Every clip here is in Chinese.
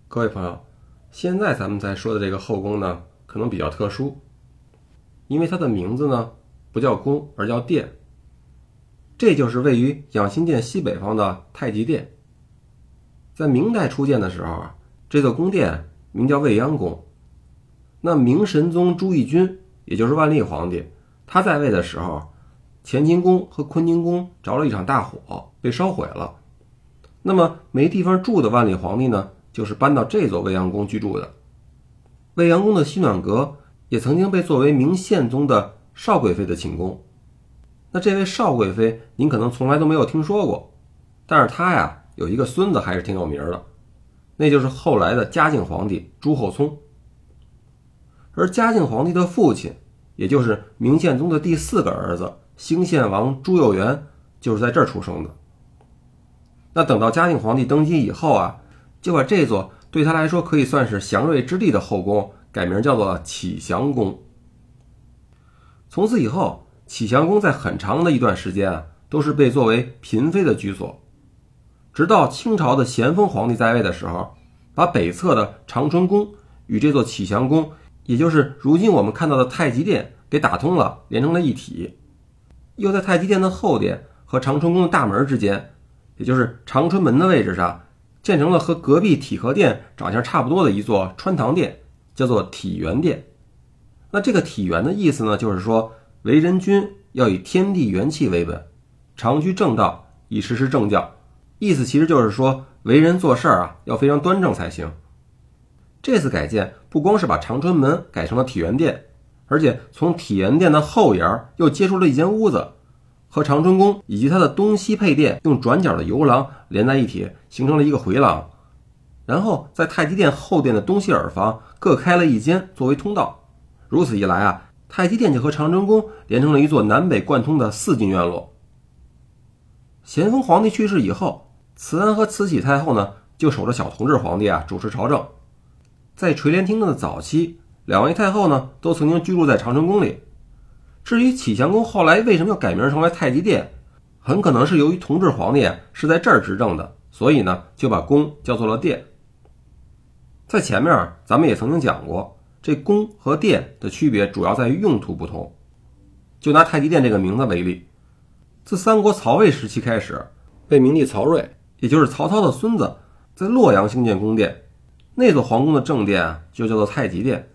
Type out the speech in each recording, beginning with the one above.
各位朋友，现在咱们在说的这个后宫呢，可能比较特殊，因为它的名字呢不叫宫而叫殿。这就是位于养心殿西北方的太极殿。在明代初建的时候啊，这座宫殿名叫未央宫。那明神宗朱翊钧，也就是万历皇帝，他在位的时候，乾清宫和坤宁宫着了一场大火，被烧毁了。那么没地方住的万历皇帝呢，就是搬到这座未央宫居住的。未央宫的西暖阁也曾经被作为明宪宗的少贵妃的寝宫。那这位少贵妃您可能从来都没有听说过，但是她呀有一个孙子还是挺有名的，那就是后来的嘉靖皇帝朱厚熜。而嘉靖皇帝的父亲，也就是明宪宗的第4个儿子兴献王朱佑元，就是在这儿出生的。那等到嘉靖皇帝登基以后啊，就把这座对他来说可以算是祥瑞之地的后宫改名叫做启祥宫。从此以后，启祥宫在很长的一段时间啊，都是被作为嫔妃的居所。直到清朝的咸丰皇帝在位的时候，把北侧的长春宫与这座启祥宫，也就是如今我们看到的太极殿给打通了，连成了一体。又在太极殿的后殿和长春宫的大门之间，也就是长春门的位置上，建成了和隔壁体和殿长相差不多的一座穿堂殿，叫做体元殿。那这个体元的意思呢，就是说为人君要以天地元气为本，常居正道，以实施正教。意思其实就是说为人做事啊，要非常端正才行。这次改建不光是把长春门改成了体元殿，而且从体元殿的后沿又接出了一间屋子，和长春宫以及它的东西配殿用转角的游廊连在一起，形成了一个回廊。然后在太极殿后殿的东西耳房各开了一间作为通道。如此一来啊，太极殿就和长春宫连成了一座南北贯通的4进院落。咸丰皇帝去世以后，慈安和慈禧太后呢就守着小同治皇帝啊主持朝政。在垂帘听政的早期，两位太后呢都曾经居住在长春宫里。至于启祥宫后来为什么要改名成为太极殿，很可能是由于同治皇帝是在这儿执政的，所以呢就把宫叫做了殿。在前面咱们也曾经讲过，这宫和殿的区别主要在于用途不同。就拿太极殿这个名字为例，自三国曹魏时期开始，被明帝曹睿，也就是曹操的孙子，在洛阳兴建宫殿，那座皇宫的正殿就叫做太极殿。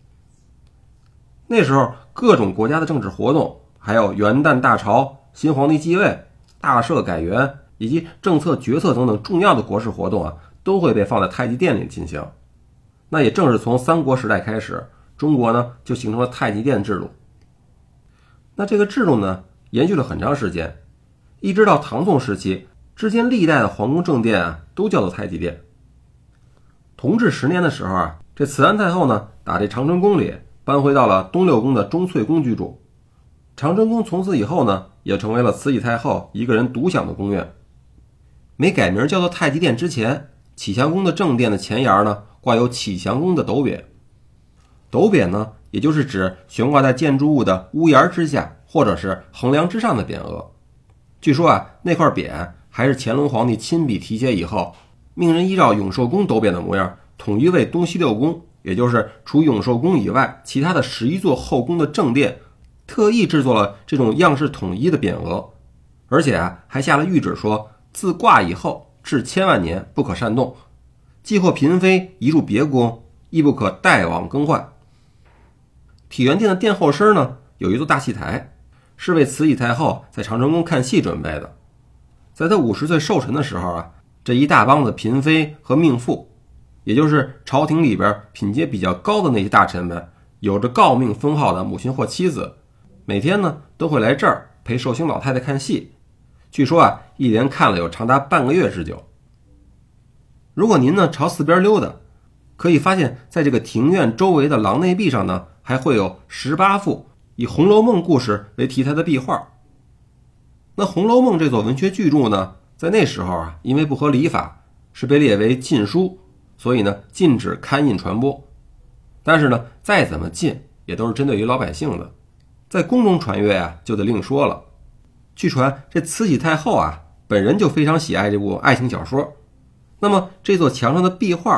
那时候各种国家的政治活动，还有元旦大潮、新皇帝继位、大赦改元以及政策决策等等重要的国事活动啊，都会被放在太极殿里进行。那也正是从三国时代开始，中国呢就形成了太极殿制度。那这个制度呢延续了很长时间，一直到唐宋时期，之间历代的皇宫正殿啊都叫做太极殿。同治10年的时候啊，这慈安太后呢打这长春宫里搬回到了东六宫的钟粹宫居住。长春宫从此以后呢也成为了慈禧太后一个人独享的宫苑。没改名叫做太极殿之前，启祥宫的正殿的前沿呢挂有启祥宫的斗匾。斗匾呢也就是指悬挂在建筑物的屋檐之下或者是横梁之上的匾额。据说啊，那块匾还是乾隆皇帝亲笔题写以后，命人依照永寿宫斗匾的模样，统一为东西六宫，也就是除永寿宫以外其他的11座后宫的正殿，特意制作了这种样式统一的匾额。而且啊，还下了谕旨说，自挂以后至千万年不可擅动，既或嫔妃移入别宫，亦不可代往更换。体元殿的殿后身呢有一座大戏台，是为慈禧太后在长春宫看戏准备的。在她50岁寿辰的时候啊，这一大帮子嫔妃和命妇，也就是朝廷里边品阶比较高的那些大臣们，有着诰命封号的母亲或妻子，每天呢都会来这儿陪寿星老太太看戏。据说啊，一连看了有长达半个月之久。如果您呢朝四边溜达，可以发现在这个庭院周围的廊内壁上呢，还会有18幅以《红楼梦》故事为题材的壁画。那《红楼梦》这座文学巨著呢，在那时候啊，因为不合礼法，是被列为禁书，所以呢禁止刊印传播。但是呢，再怎么禁也都是针对于老百姓的，在宫中传阅啊，就得另说了。据传这慈禧太后啊，本人就非常喜爱这部爱情小说。那么这座墙上的壁画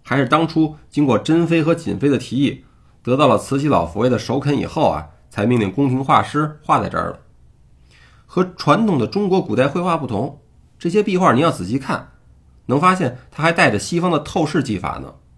还是当初经过珍妃和瑾妃的提议，得到了慈禧老佛爷的首肯以后啊，才命令宫廷画师画在这儿了。和传统的中国古代绘画不同，这些壁画你要仔细看，能发现它还带着西方的透视技法呢，